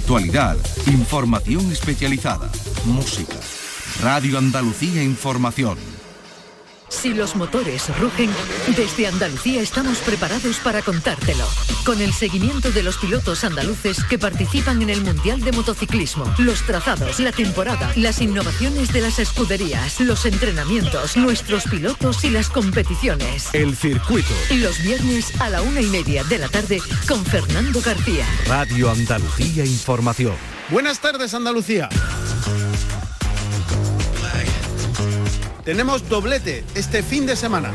Actualidad, información especializada, música. Radio Andalucía Información. Si los motores rugen, desde Andalucía estamos preparados para contártelo. Con el seguimiento de los pilotos andaluces que participan en el Mundial de Motociclismo, los trazados, la temporada, las innovaciones de las escuderías, los entrenamientos, nuestros pilotos y las competiciones. El circuito. Los viernes a la 1:30 de la tarde con Fernando García. Radio Andalucía Información. Buenas tardes, Andalucía. Tenemos doblete este fin de semana.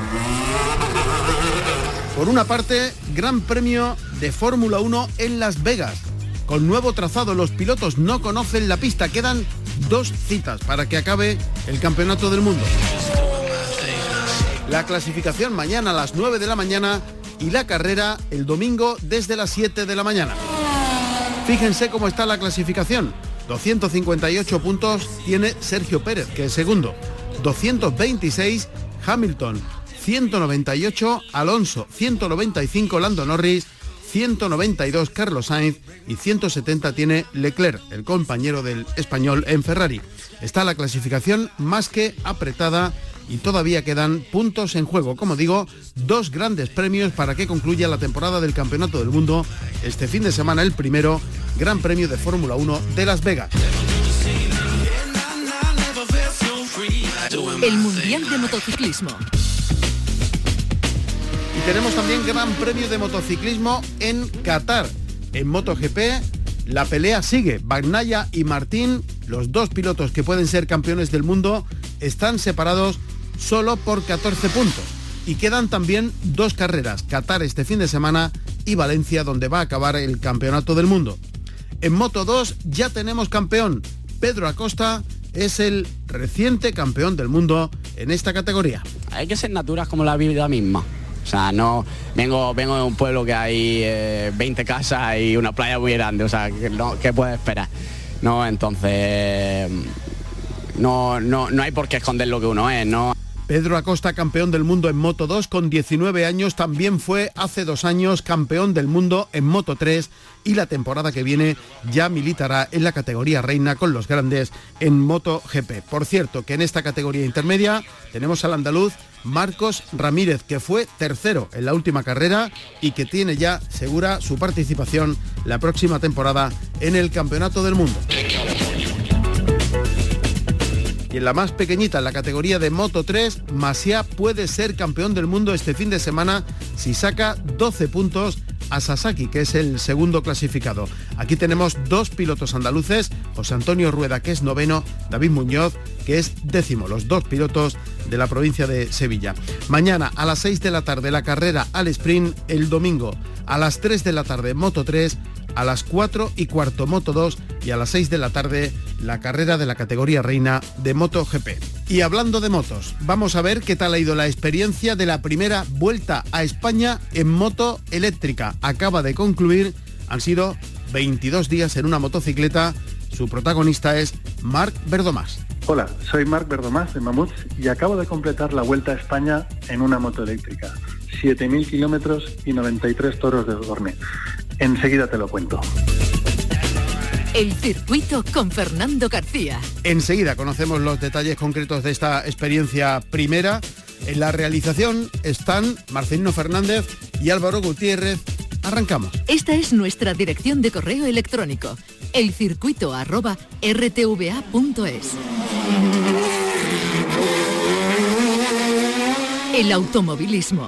Por una parte, Gran Premio de Fórmula 1 en Las Vegas. Con nuevo trazado, los pilotos no conocen la pista. Quedan 2 citas para que acabe el Campeonato del Mundo. La clasificación mañana a las 9 de la mañana y la carrera el domingo desde las 7 de la mañana. Fíjense cómo está la clasificación. 258 puntos tiene Sergio Pérez, que es segundo. 226 Hamilton, 198 Alonso, 195 Lando Norris, 192 Carlos Sainz y 170 tiene Leclerc, el compañero del español en Ferrari. Está la clasificación más que apretada y todavía quedan puntos en juego. Como digo, 2 grandes premios para que concluya la temporada del Campeonato del Mundo. Este fin de semana el primero, Gran Premio de Fórmula 1 de Las Vegas. El Mundial de Motociclismo. Y tenemos también Gran Premio de Motociclismo en Qatar. En MotoGP la pelea sigue. Bagnaia y Martín, los 2 pilotos que pueden ser campeones del mundo, están separados solo por 14 puntos. Y quedan también 2 carreras. Qatar este fin de semana y Valencia, donde va a acabar el Campeonato del Mundo. En Moto2 ya tenemos campeón. Pedro Acosta es el reciente campeón del mundo en esta categoría. Hay que ser natural como la vida misma. O sea, no vengo de un pueblo que hay 20 casas y una playa muy grande. O sea, ¿qué puedes esperar? No, entonces no hay por qué esconder lo que uno es, ¿no? Pedro Acosta, campeón del mundo en Moto2 con 19 años, también fue hace 2 años campeón del mundo en Moto3 y la temporada que viene ya militará en la categoría reina con los grandes en MotoGP. Por cierto, que en esta categoría intermedia tenemos al andaluz Marcos Ramírez, que fue tercero en la última carrera y que tiene ya segura su participación la próxima temporada en el Campeonato del Mundo. Y en la más pequeñita, en la categoría de Moto3, Masia puede ser campeón del mundo este fin de semana si saca 12 puntos a Sasaki, que es el segundo clasificado. Aquí tenemos 2 pilotos andaluces, José Antonio Rueda, que es noveno, David Muñoz, que es décimo, los 2 pilotos de la provincia de Sevilla. Mañana a las 6 de la tarde la carrera al sprint, el domingo a las 3 de la tarde Moto3, a las 4:15 Moto2 y a las 6 de la tarde la carrera de la categoría reina de MotoGP. Y hablando de motos, vamos a ver qué tal ha ido la experiencia de la primera vuelta a España en moto eléctrica. Acaba de concluir, han sido 22 días en una motocicleta. Su protagonista es Marc Verdomás. Hola, soy Marc Verdomás de Mamuts y acabo de completar la Vuelta a España en una moto eléctrica. 7.000 kilómetros y 93 toros de Osborne. Enseguida te lo cuento. El circuito con Fernando García. Enseguida conocemos los detalles concretos de esta experiencia primera. En la realización están Marcelino Fernández y Álvaro Gutiérrez. Arrancamos. Esta es nuestra dirección de correo electrónico, elcircuito@rtva.es. El automovilismo.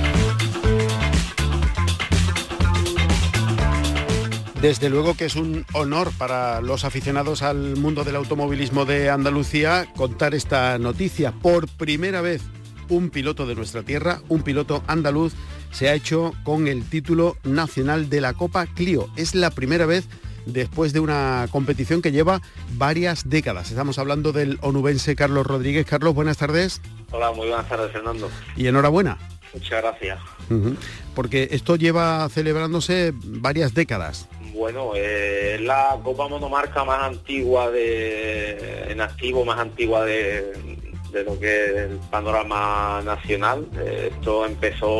Desde luego que es un honor para los aficionados al mundo del automovilismo de Andalucía contar esta noticia. Por primera vez un piloto de nuestra tierra, un piloto andaluz, se ha hecho con el título nacional de la Copa Clio. Es la primera vez después de una competición que lleva varias décadas. Estamos hablando del onubense Carlos Rodríguez. Carlos, buenas tardes. Hola, muy buenas tardes, Fernando. Y enhorabuena. Muchas gracias. Porque esto lleva celebrándose varias décadas. Bueno, es la Copa Monomarca más antigua en activo, más antigua de lo que es el panorama nacional. Esto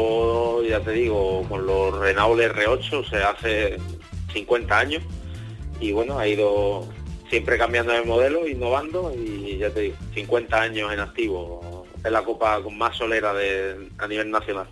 empezó, ya te digo, con los Renault R8, o sea, hace 50 años. y bueno, ha ido siempre cambiando de modelo, innovando, y ya te digo, 50 años en activo, es la copa con más solera a nivel nacional.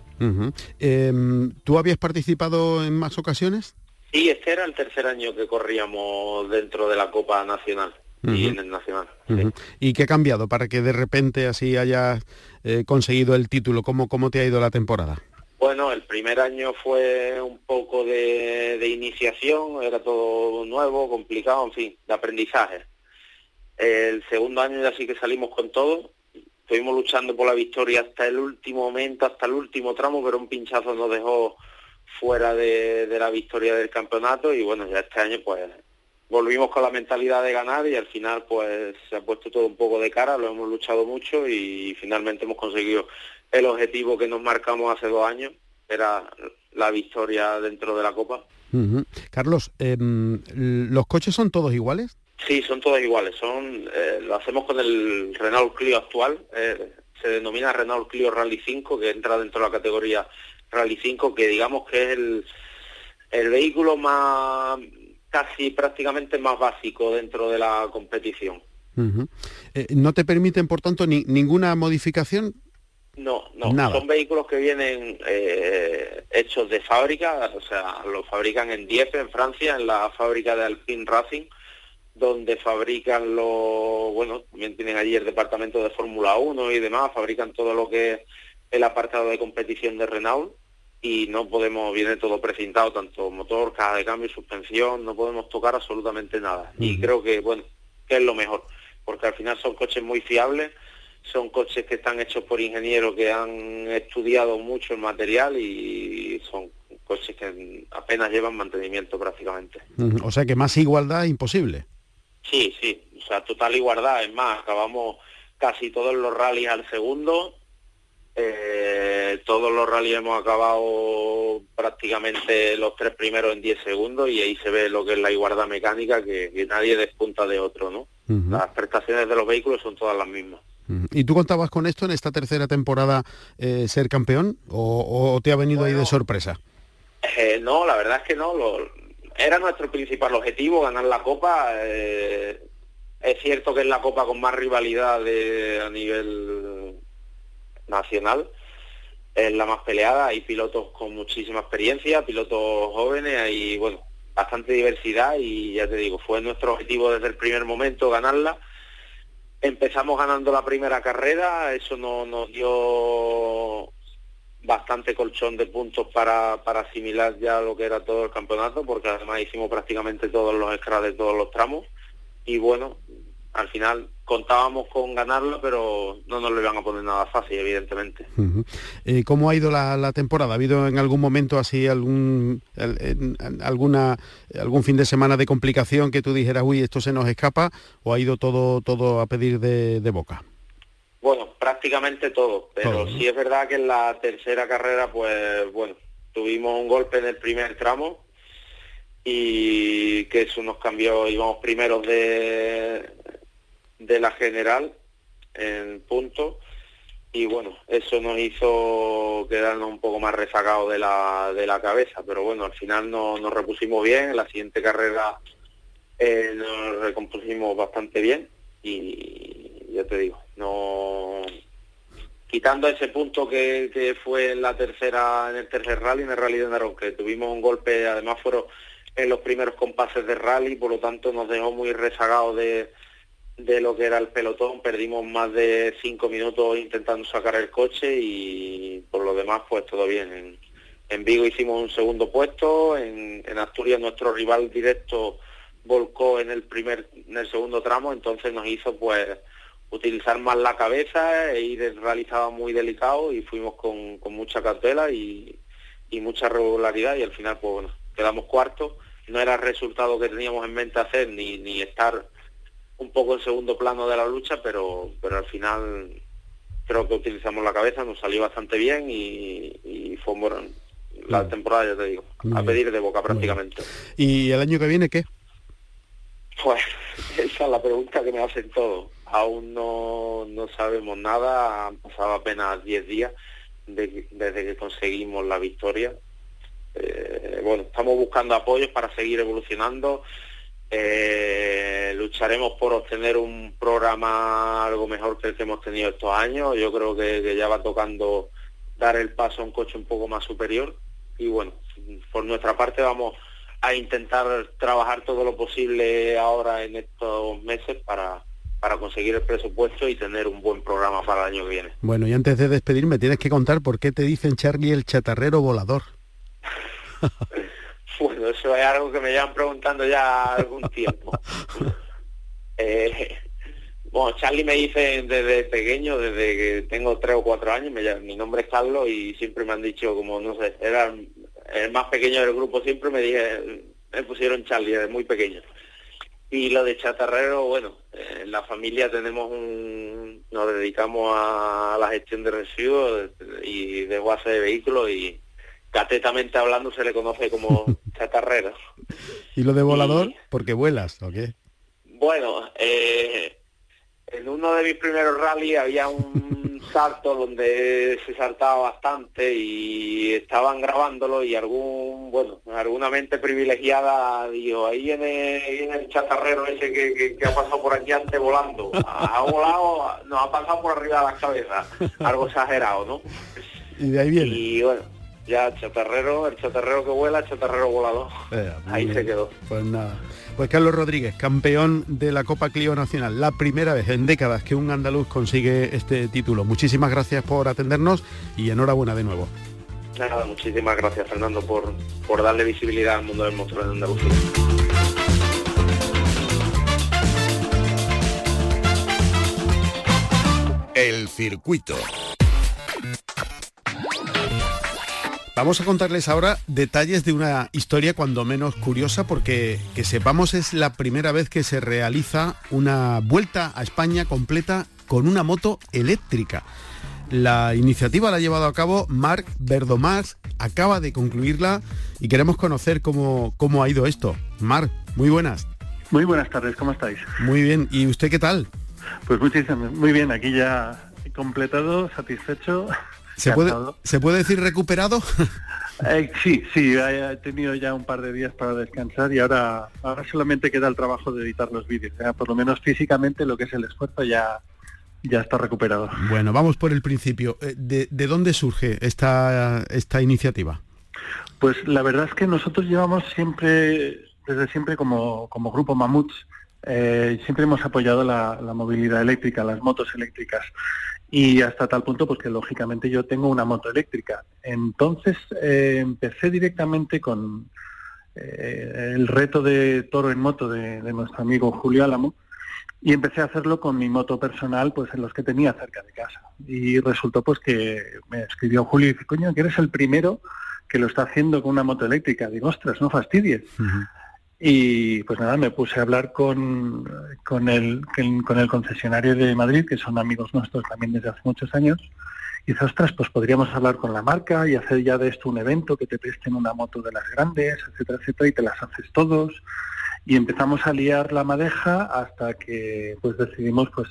¿Tú habías participado en más ocasiones? Sí, este era el tercer año que corríamos dentro de la Copa Nacional y en el Nacional. Sí. ¿Y qué ha cambiado para que de repente así hayas conseguido el título? ¿Cómo te ha ido la temporada? Bueno, el primer año fue un poco de iniciación, era todo nuevo, complicado, en fin, de aprendizaje. El segundo año ya sí que salimos con todo, estuvimos luchando por la victoria hasta el último momento, hasta el último tramo, pero un pinchazo nos dejó fuera de la victoria del campeonato, y bueno, ya este año pues volvimos con la mentalidad de ganar, y al final pues se ha puesto todo un poco de cara, lo hemos luchado mucho y finalmente hemos conseguido el objetivo que nos marcamos hace 2 años, era la victoria dentro de la Copa. Carlos, ¿los coches son todos iguales? Sí, son todos iguales, lo hacemos con el Renault Clio actual, se denomina Renault Clio Rally 5, que entra dentro de la categoría Rally 5, que digamos que es el vehículo más, casi prácticamente más básico dentro de la competición. ¿No te permiten, por tanto, ninguna modificación? No, nada. Son vehículos que vienen hechos de fábrica, o sea, los fabrican en Dieppe, en Francia, en la fábrica de Alpine Racing, donde fabrican también tienen allí el departamento de Fórmula 1 y demás, fabrican todo lo que es el apartado de competición de Renault, y viene todo precintado, tanto motor, caja de cambio, suspensión, no podemos tocar absolutamente nada. Y creo que es lo mejor, porque al final son coches muy fiables, son coches que están hechos por ingenieros que han estudiado mucho el material, y son coches que apenas llevan mantenimiento prácticamente. O sea que más igualdad imposible. Sí, o sea, total igualdad. Es más, acabamos casi todos los rallies al segundo, todos los rallies hemos acabado prácticamente los 3 primeros en 10 segundos, y ahí se ve lo que es la igualdad mecánica, que nadie despunta de otro, ¿no? Las prestaciones de los vehículos son todas las mismas. ¿Y tú contabas con esto en esta tercera temporada, ser campeón, o te ha venido ahí de sorpresa? No, la verdad es que no. Era nuestro principal objetivo, ganar la Copa. Es cierto que es la Copa con más rivalidad a nivel nacional. Es la más peleada, hay pilotos con muchísima experiencia, pilotos jóvenes, hay bastante diversidad, y ya te digo, fue nuestro objetivo desde el primer momento ganarla. Empezamos ganando la primera carrera, eso nos dio bastante colchón de puntos para asimilar ya lo que era todo el campeonato, porque además hicimos prácticamente todos los extras de todos los tramos, y bueno, al final contábamos con ganarlo, pero no nos lo iban a poner nada fácil, evidentemente. ¿Cómo ha ido la temporada? ¿Ha habido en algún momento así algún fin de semana de complicación que tú dijeras, uy, esto se nos escapa, o ha ido todo a pedir de boca? Bueno, prácticamente todo, pero sí es verdad que en la tercera carrera, tuvimos un golpe en el primer tramo, y que eso nos cambió, íbamos primeros de la general en puntos, y eso nos hizo quedarnos un poco más rezagados de la cabeza, pero al final nos repusimos bien. En la siguiente carrera nos recompusimos bastante bien, y ya te digo, no quitando ese punto que fue en el tercer rally, en el rally de Narón, que tuvimos un golpe, además fueron en los primeros compases de rally, por lo tanto nos dejó muy rezagados de lo que era el pelotón. Perdimos más de 5 minutos intentando sacar el coche, y por lo demás pues todo bien. En Vigo hicimos un segundo puesto, en Asturias nuestro rival directo volcó en el segundo tramo, entonces nos hizo utilizar más la cabeza, e ir el rally estaba muy delicado, y fuimos con mucha cautela y mucha regularidad, y al final quedamos cuartos. No era el resultado que teníamos en mente hacer, ni estar un poco en segundo plano de la lucha, pero al final creo que utilizamos la cabeza, nos salió bastante bien, y fue la temporada, ya te digo, a pedir de boca prácticamente. ¿Y el año que viene qué? Pues esa es la pregunta que me hacen todos. Aún no sabemos nada, han pasado apenas 10 días desde que conseguimos la victoria. Estamos buscando apoyos para seguir evolucionando. lucharemos por obtener un programa algo mejor que el que hemos tenido estos años. Yo creo que ya va tocando dar el paso a un coche un poco más superior, y bueno, por nuestra parte vamos a intentar trabajar todo lo posible ahora en estos meses para conseguir el presupuesto y tener un buen programa para el año que viene. Bueno, y antes de despedirme tienes que contar por qué te dicen, Charlie, el chatarrero volador. Bueno, eso es algo que me llevan preguntando ya algún tiempo. Bueno, Charlie me dice desde pequeño, desde que tengo 3 o 4 años, mi nombre es Carlos y siempre me han dicho, como no sé, era el más pequeño del grupo, siempre me pusieron Charlie desde muy pequeño. Y lo de chatarrero, bueno, en la familia nos dedicamos a la gestión de residuos y de base de vehículos, y catetamente hablando se le conoce como chatarrero. ¿Y lo de volador? ¿Porque vuelas o qué? Bueno, en uno de mis primeros rallies había un salto donde se saltaba bastante y estaban grabándolo, y alguna mente privilegiada dijo, ahí viene el chatarrero ese que ha pasado por aquí antes volando. Ha volado, nos ha pasado por arriba de las cabezas. Algo exagerado, ¿no? Y de ahí viene. Y bueno, ya el chatarrero que vuela, el chatarrero volador. Ahí bien. Se quedó. Pues nada. Pues Carlos Rodríguez, campeón de la Copa Clio Nacional, la primera vez en décadas que un andaluz consigue este título. Muchísimas gracias por atendernos y enhorabuena de nuevo. Nada, muchísimas gracias, Fernando, por darle visibilidad al mundo del motor de Andalucía. El circuito. Vamos a contarles ahora detalles de una historia cuando menos curiosa, porque que sepamos es la primera vez que se realiza una vuelta a España completa con una moto eléctrica. La iniciativa la ha llevado a cabo Marc Verdomàs, acaba de concluirla y queremos conocer cómo ha ido esto. Marc, muy buenas. Muy buenas tardes, ¿cómo estáis? Muy bien, ¿y usted qué tal? Pues muy bien, aquí ya he completado, satisfecho. ¿Se puede decir recuperado? Sí, he tenido ya un par de días para descansar y ahora solamente queda el trabajo de editar los vídeos. Ya, por lo menos físicamente, lo que es el esfuerzo ya está recuperado. Bueno, vamos por el principio. ¿De dónde surge esta iniciativa? Pues la verdad es que nosotros llevamos desde siempre como Grupo Mamuts, siempre hemos apoyado la movilidad eléctrica, las motos eléctricas. Y hasta tal punto pues que lógicamente yo tengo una moto eléctrica. Entonces empecé directamente con el reto de Toro en Moto de nuestro amigo Julio Álamo, y empecé a hacerlo con mi moto personal, pues en los que tenía cerca de casa. Y resultó pues que me escribió Julio y dice, coño, que eres el primero que lo está haciendo con una moto eléctrica. Digo, ostras, no fastidies. Uh-huh. Y pues nada, me puse a hablar con el concesionario de Madrid, que son amigos nuestros también desde hace muchos años, y dice, ostras, pues podríamos hablar con la marca y hacer ya de esto un evento, que te presten una moto de las grandes, etcétera, etcétera, y te las haces todos. Y empezamos a liar la madeja hasta que pues decidimos pues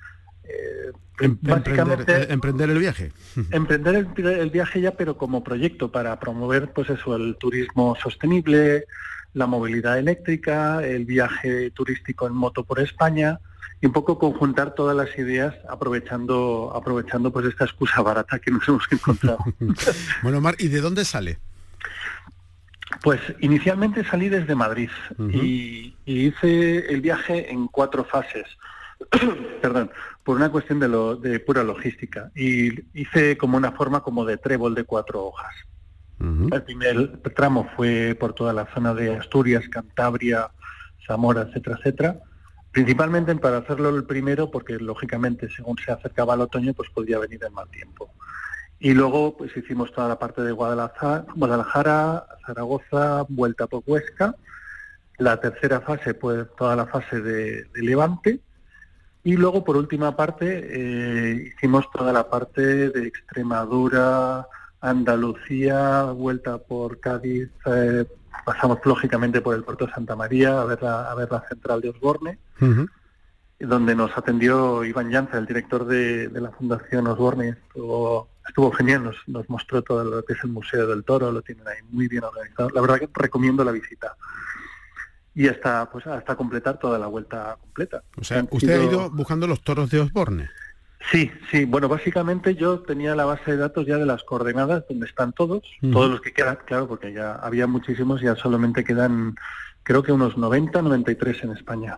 básicamente emprender el viaje. Emprender el viaje ya, pero como proyecto para promover pues eso, el turismo sostenible, la movilidad eléctrica, el viaje turístico en moto por España, y un poco conjuntar todas las ideas aprovechando pues esta excusa barata que nos hemos encontrado. Bueno, Mar, ¿y de dónde sale? Pues inicialmente salí desde Madrid. Uh-huh. y hice el viaje en 4 fases. Perdón, por una cuestión de pura logística. Y hice como una forma como de trébol de 4 hojas. Uh-huh. El primer tramo fue por toda la zona de Asturias, Cantabria, Zamora, etcétera, etcétera. Principalmente para hacerlo el primero, porque lógicamente según se acercaba el otoño, pues podía venir el mal tiempo. Y luego pues hicimos toda la parte de Guadalajara, Zaragoza, vuelta por Huesca. La tercera fase, pues toda la fase de Levante. Y luego, por última parte, hicimos toda la parte de Extremadura, Andalucía, vuelta por Cádiz, pasamos lógicamente por el puerto de Santa María a ver la central de Osborne, uh-huh. Donde nos atendió Iván Llanza, el director de la Fundación Osborne. Estuvo genial, nos mostró todo lo que es el Museo del Toro, lo tienen ahí muy bien organizado. La verdad que recomiendo la visita. y hasta completar toda la vuelta completa. O sea, usted ha ido buscando los toros de Osborne. Sí, bueno, básicamente yo tenía la base de datos ya de las coordenadas donde están todos los que quedan, claro, porque ya había muchísimos, ya solamente quedan, creo que unos 93 en España.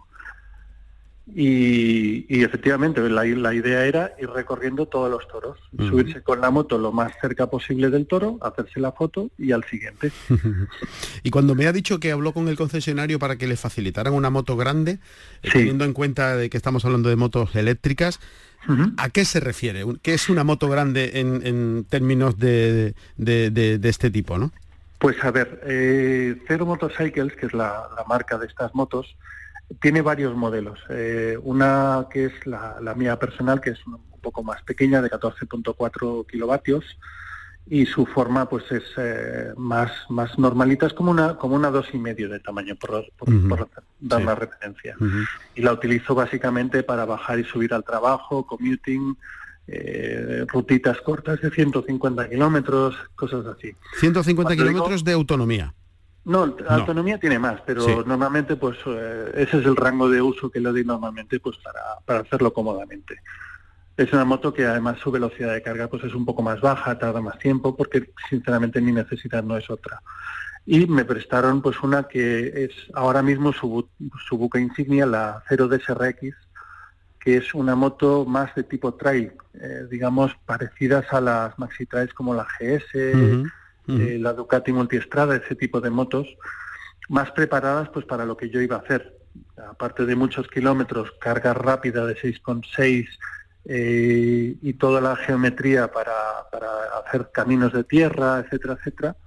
Y efectivamente la idea era ir recorriendo todos los toros, subirse con la moto lo más cerca posible del toro, hacerse la foto y al siguiente. Y cuando me ha dicho que habló con el concesionario para que le facilitaran una moto grande, teniendo en cuenta de que estamos hablando de motos eléctricas, ¿a qué se refiere? ¿Qué es una moto grande en términos de este tipo, no? Pues a ver, Zero Motorcycles, que es la marca de estas motos, tiene varios modelos. Una que es la mía personal, que es un poco más pequeña, de 14.4 kilovatios, y su forma pues es más normalita, es como una 2,5 de tamaño, por dar una referencia. Y la utilizo básicamente para bajar y subir al trabajo, commuting, rutitas cortas de 150 kilómetros, cosas así. 150 kilómetros de autonomía. No, autonomía tiene más, pero normalmente pues ese es el rango de uso que le doy normalmente pues para hacerlo cómodamente. Es una moto que además su velocidad de carga pues es un poco más baja, tarda más tiempo, porque sinceramente mi necesidad no es otra. Y me prestaron pues una que es ahora mismo su buque insignia, la Zero DSRX, que es una moto más de tipo trail, digamos parecidas a las maxi trails como la GS, la Ducati Multiestrada, ese tipo de motos, más preparadas pues para lo que yo iba a hacer. Aparte de muchos kilómetros, carga rápida de 6,6 y toda la geometría para hacer caminos de tierra, etcétera,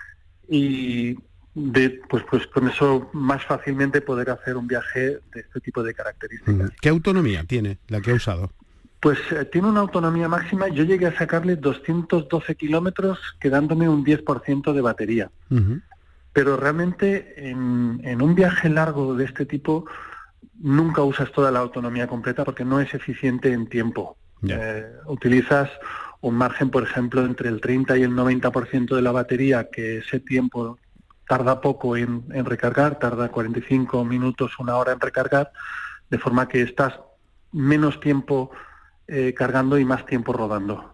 y pues con eso más fácilmente poder hacer un viaje de este tipo de características. ¿Qué autonomía tiene la que ha usado? Pues tiene una autonomía máxima. Yo llegué a sacarle 212 kilómetros quedándome un 10% de batería. Pero realmente en un viaje largo de este tipo nunca usas toda la autonomía completa porque no es eficiente en tiempo. Utilizas un margen, por ejemplo, entre el 30 y el 90% de la batería, que ese tiempo tarda poco en recargar, tarda 45 minutos, una hora en recargar, de forma que estás menos tiempo cargando y más tiempo rodando.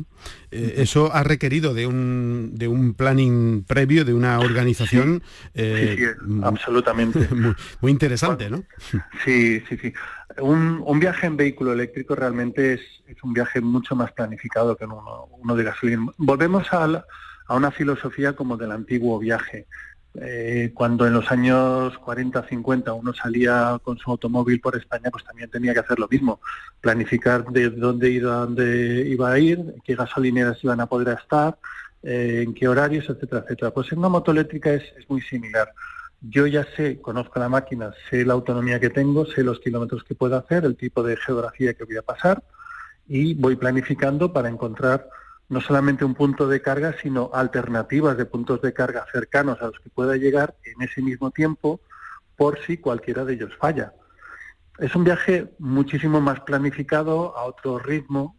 Eso ha requerido de un planning previo, de una organización absolutamente muy interesante, ¿no? Sí. Un viaje en vehículo eléctrico realmente es un viaje mucho más planificado que uno de gasolina. Volvemos a una filosofía como del antiguo viaje. Cuando en los años 40, 50 uno salía con su automóvil por España, pues también tenía que hacer lo mismo, planificar de dónde iba a ir, qué gasolineras iban a poder estar, en qué horarios, etcétera. Pues en una moto eléctrica es muy similar. Yo ya conozco la máquina, sé la autonomía que tengo, sé los kilómetros que puedo hacer, el tipo de geografía que voy a pasar, y voy planificando para encontrar no solamente un punto de carga, sino alternativas de puntos de carga cercanos a los que pueda llegar en ese mismo tiempo, por si cualquiera de ellos falla. Es un viaje muchísimo más planificado, a otro ritmo,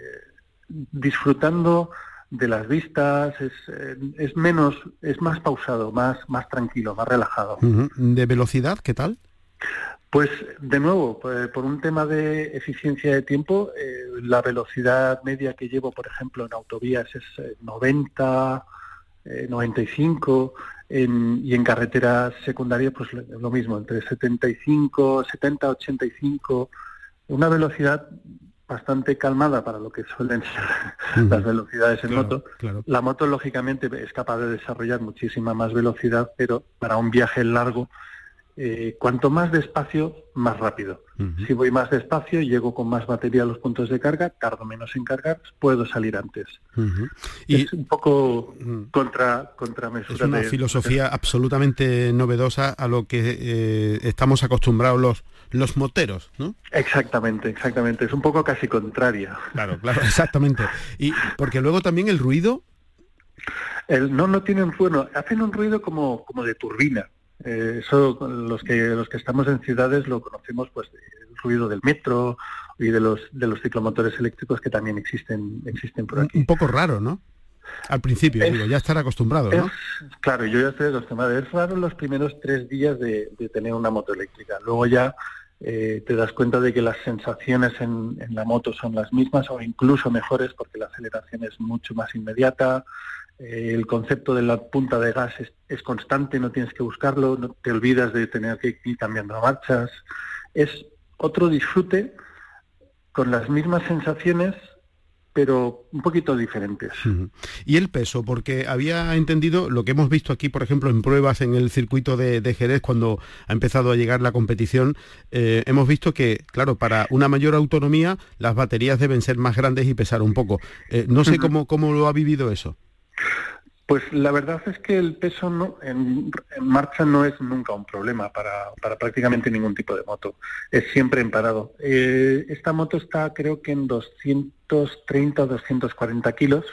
disfrutando de las vistas, es más pausado, más tranquilo, más relajado. ¿De velocidad qué tal? Pues, de nuevo, por un tema de eficiencia de tiempo, la velocidad media que llevo, por ejemplo, en autovías es 90, 95, y en carreteras secundarias, pues lo mismo, entre 75, 70, 85, una velocidad bastante calmada para lo que suelen ser las velocidades en moto. Claro. La moto, lógicamente, es capaz de desarrollar muchísima más velocidad, pero para un viaje largo, cuanto más despacio, más rápido. Si voy más despacio, llego con más batería a los puntos de carga, tardo menos en cargar, puedo salir antes. Y es un poco contramesura. Es una filosofía absolutamente novedosa a lo que estamos acostumbrados los moteros, ¿no? Exactamente. Es un poco casi contraria. Claro, exactamente. Y porque luego también el ruido... No tienen ruido, hacen un ruido como de turbina. Eso los que estamos en ciudades lo conocemos, pues el ruido del metro y de los ciclomotores eléctricos que también existen por aquí. Un poco raro, ¿no? Al principio, ya estar acostumbrado, ¿no? Claro, yo ya estoy acostumbrado. Es raro los primeros 3 días de tener una moto eléctrica. Luego ya te das cuenta de que las sensaciones en la moto son las mismas o incluso mejores, porque la aceleración es mucho más inmediata. El concepto de la punta de gas es constante, no tienes que buscarlo, no te olvidas de tener que ir cambiando marchas. Es otro disfrute con las mismas sensaciones, pero un poquito diferentes. Y el peso, porque había entendido lo que hemos visto aquí, por ejemplo, en pruebas en el circuito de Jerez, cuando ha empezado a llegar la competición, hemos visto que, claro, para una mayor autonomía, las baterías deben ser más grandes y pesar un poco. No sé cómo lo ha vivido eso. Pues la verdad es que el peso en marcha no es nunca un problema para prácticamente ningún tipo de moto. Es siempre en parado. Esta moto está creo que en 230 o 240 kilos.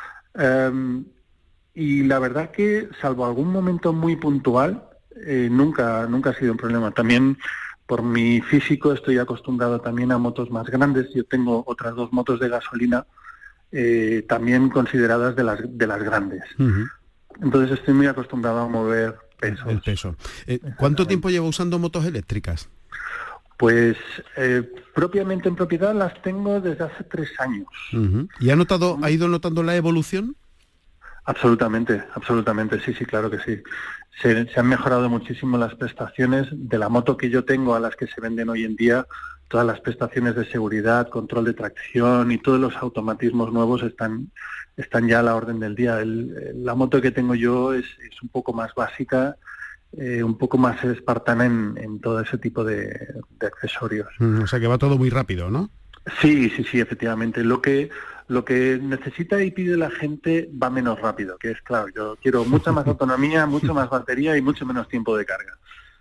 Y la verdad que, salvo algún momento muy puntual, nunca ha sido un problema. También por mi físico estoy acostumbrado también a motos más grandes. Yo tengo otras 2 motos de gasolina también consideradas de las grandes. Entonces estoy muy acostumbrado a mover pesos. El peso. ¿Cuánto tiempo lleva usando motos eléctricas? Pues propiamente en propiedad las tengo desde hace 3 años. ¿Y ha ido notando la evolución? Absolutamente, sí, claro que sí. Se han mejorado muchísimo las prestaciones de la moto que yo tengo a las que se venden hoy en día. Todas las prestaciones de seguridad, control de tracción y todos los automatismos nuevos están ya a la orden del día. La moto que tengo yo es un poco más básica, un poco más espartana en todo ese tipo de accesorios. O sea que va todo muy rápido, ¿no? Sí, efectivamente. Lo que necesita y pide la gente va menos rápido, que es claro. Yo quiero mucha más autonomía, mucho más batería y mucho menos tiempo de carga.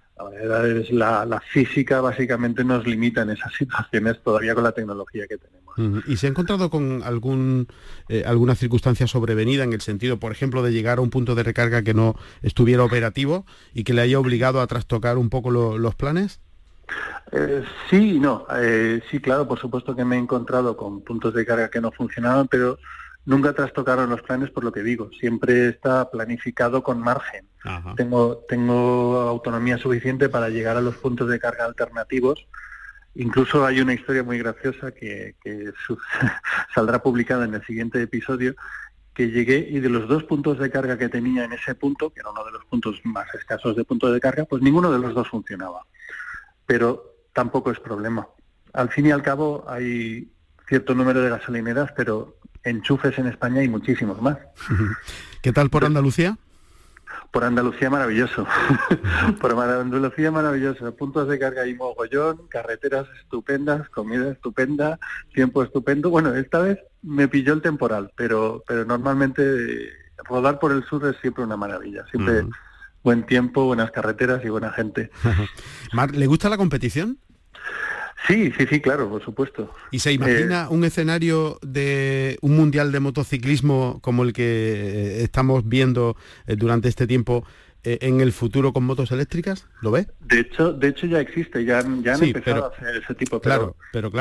La física básicamente nos limita en esas situaciones todavía con la tecnología que tenemos. ¿Y se ha encontrado con alguna circunstancia sobrevenida en el sentido, por ejemplo, de llegar a un punto de recarga que no estuviera operativo y que le haya obligado a trastocar un poco los planes? Sí y no. Sí, claro, por supuesto que me he encontrado con puntos de carga que no funcionaban, pero nunca trastocaron los planes, por lo que digo. Siempre está planificado con margen. Tengo autonomía suficiente para llegar a los puntos de carga alternativos. Incluso hay una historia muy graciosa que saldrá publicada en el siguiente episodio, que llegué y de los 2 puntos de carga que tenía en ese punto, que era uno de los puntos más escasos de puntos de carga, pues ninguno de los 2 funcionaba. Pero tampoco es problema. Al fin y al cabo hay cierto número de gasolineras, pero enchufes en España hay muchísimos más. ¿Qué tal por Andalucía? Por Andalucía maravilloso. Por Andalucía maravilloso. Puntos de carga y mogollón, carreteras estupendas, comida estupenda, tiempo estupendo. Bueno, esta vez me pilló el temporal, pero normalmente rodar por el sur es siempre una maravilla. Siempre buen tiempo, buenas carreteras y buena gente. Marc, ¿le gusta la competición? Sí, claro, por supuesto. ¿Y se imagina un escenario de un mundial de motociclismo como el que estamos viendo durante este tiempo en el futuro con motos eléctricas? ¿Lo ve? De hecho ya existe, ya han empezado a hacer ese tipo. Claro,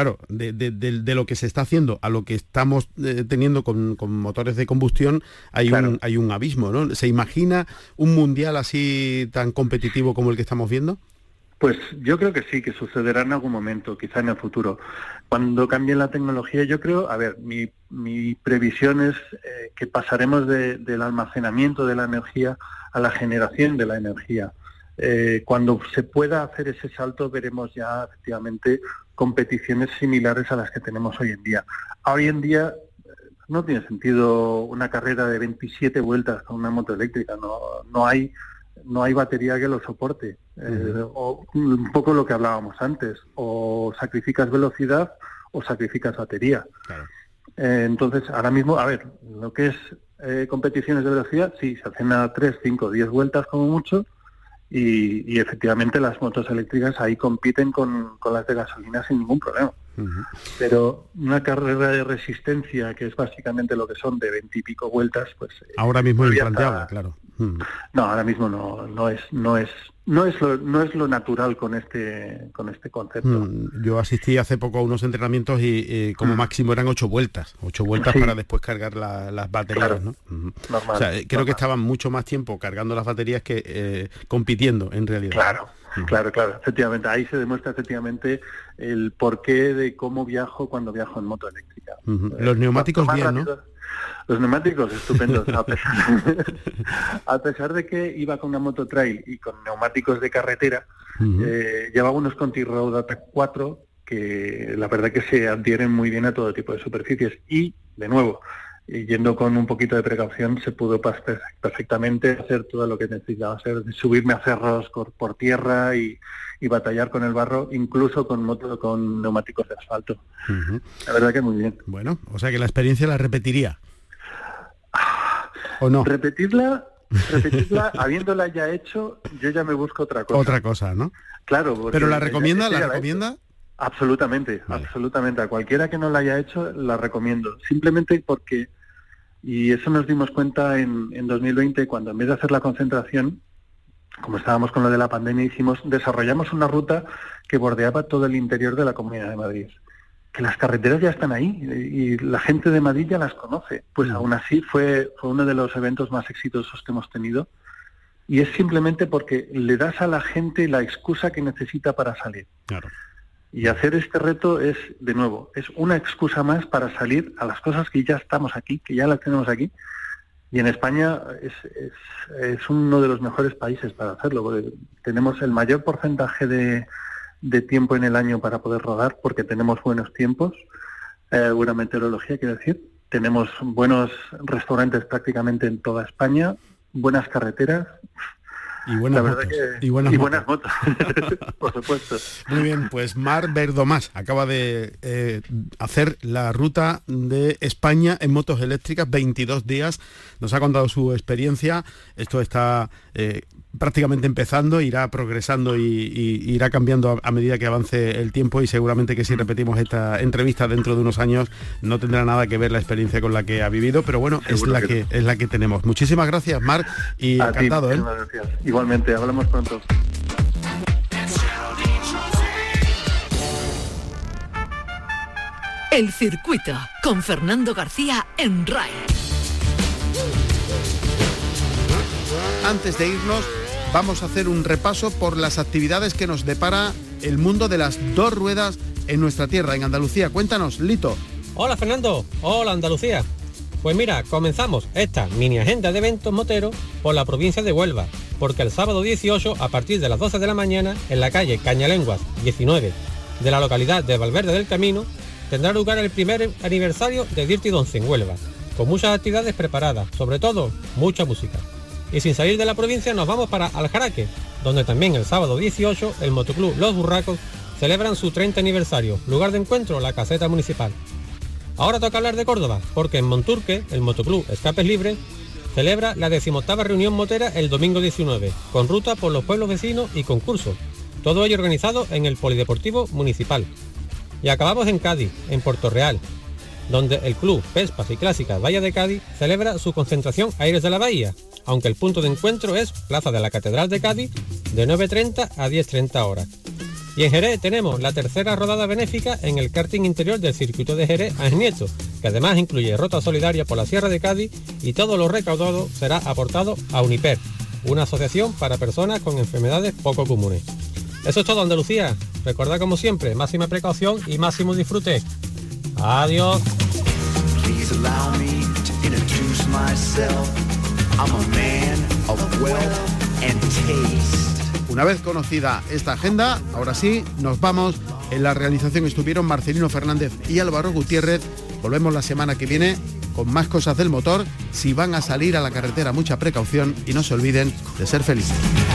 de lo que se está haciendo a lo que estamos teniendo con motores de combustión hay un abismo, ¿no? ¿Se imagina un mundial así tan competitivo como el que estamos viendo? Pues yo creo que sí, que sucederá en algún momento, quizá en el futuro. Cuando cambie la tecnología, yo creo, mi previsión es que pasaremos del almacenamiento de la energía a la generación de la energía. Cuando se pueda hacer ese salto, veremos ya efectivamente competiciones similares a las que tenemos hoy en día. Hoy en día no tiene sentido una carrera de 27 vueltas con una moto eléctrica, no hay batería que lo soporte. O un poco lo que hablábamos antes, o sacrificas velocidad o sacrificas batería. Claro. Entonces, ahora mismo, lo que es competiciones de velocidad, sí, se hacen a 3, 5, 10 vueltas como mucho, y efectivamente las motos eléctricas ahí compiten con las de gasolina sin ningún problema. Pero una carrera de resistencia, que es básicamente lo que son de 20 y pico vueltas, pues... ahora mismo es implanteable, claro. No, ahora mismo no es no es lo natural con este concepto. Yo asistí hace poco a unos entrenamientos y como máximo eran 8 vueltas sí. Para después cargar las baterías, claro. ¿no? Normal, o sea, creo que estaban mucho más tiempo cargando las baterías que compitiendo en realidad. Claro, efectivamente. Ahí se demuestra efectivamente el porqué de cómo viajo cuando viajo en moto eléctrica. Los neumáticos bien, rápido, ¿no? Los neumáticos estupendos, a pesar de que iba con una moto trail y con neumáticos de carretera, llevaba unos Conti Road Attack 4 que la verdad que se adhieren muy bien a todo tipo de superficies y, de nuevo, yendo con un poquito de precaución, se pudo perfectamente hacer todo lo que necesitaba hacer, subirme a cerros por tierra y batallar con el barro, incluso con neumáticos de asfalto. La verdad que muy bien. Bueno, o sea que la experiencia la repetiría. ¿O no? Repetirla, habiéndola ya hecho, yo ya me busco otra cosa. Otra cosa, ¿no? Claro. ¿Pero la recomienda? ¿La recomienda? Absolutamente, vale. Absolutamente. A cualquiera que no la haya hecho, la recomiendo. Simplemente porque, y eso nos dimos cuenta en 2020, cuando en vez de hacer la concentración, como estábamos con lo de la pandemia, desarrollamos una ruta que bordeaba todo el interior de la Comunidad de Madrid. Que las carreteras ya están ahí y la gente de Madrid ya las conoce. Pues aún así fue uno de los eventos más exitosos que hemos tenido y es simplemente porque le das a la gente la excusa que necesita para salir. Claro. Y hacer este reto es, de nuevo, es una excusa más para salir a las cosas que ya estamos aquí, que ya las tenemos aquí. Y en España es uno de los mejores países para hacerlo, porque tenemos el mayor porcentaje de tiempo en el año para poder rodar, porque tenemos buenos tiempos, buena meteorología, quiero decir. Tenemos buenos restaurantes prácticamente en toda España, buenas carreteras. Y buenas motos. Y buenas motos, por supuesto. Muy bien, pues Marc Verdomàs acaba de hacer la ruta de España en motos eléctricas, 22 días. Nos ha contado su experiencia. Esto está prácticamente empezando, irá progresando y irá cambiando a medida que avance el tiempo y seguramente que si repetimos esta entrevista dentro de unos años no tendrá nada que ver la experiencia con la que ha vivido, pero bueno, es la que tenemos. Muchísimas gracias, Marc, y a encantado. Ti, gracias. Igualmente, hablamos pronto. El circuito con Fernando García en RAI. Antes de irnos, vamos a hacer un repaso por las actividades que nos depara el mundo de las dos ruedas en nuestra tierra, en Andalucía. Cuéntanos, Lito. Hola, Fernando. Hola, Andalucía. Pues mira, comenzamos esta mini agenda de eventos moteros por la provincia de Huelva, porque el sábado 18, a partir de las 12 de la mañana, en la calle Cañalenguas 19 de la localidad de Valverde del Camino, tendrá lugar el primer aniversario de Dirty Dance en Huelva, con muchas actividades preparadas, sobre todo mucha música. Y sin salir de la provincia nos vamos para Aljaraque, donde también el sábado 18 el motoclub Los Burracos celebran su 30 aniversario, lugar de encuentro la caseta municipal. Ahora toca hablar de Córdoba, porque en Monturque el motoclub Escapes Libres celebra la 18ª reunión motera el domingo 19, con ruta por los pueblos vecinos y concurso, todo ello organizado en el Polideportivo Municipal. Y acabamos en Cádiz, en Puerto Real, donde el club Vespas y Clásicas Bahía de Cádiz celebra su concentración Aires de la Bahía, aunque el punto de encuentro es Plaza de la Catedral de Cádiz de 9:30 a 10:30 horas. Y en Jerez tenemos la tercera rodada benéfica en el karting interior del circuito de Jerez Ángel Nieto, que además incluye Rota Solidaria por la Sierra de Cádiz y todo lo recaudado será aportado a Uniper, una asociación para personas con enfermedades poco comunes. Eso es todo, Andalucía. Recordad como siempre, máxima precaución y máximo disfrute. Adiós. Una vez conocida esta agenda, ahora sí, nos vamos. En la realización estuvieron Marcelino Fernández y Álvaro Gutiérrez. Volvemos la semana que viene con más cosas del motor. Si van a salir a la carretera, mucha precaución y no se olviden de ser felices.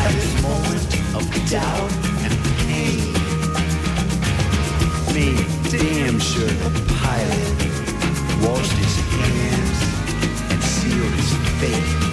Damn sure the pilot washed his hands and sealed his fate.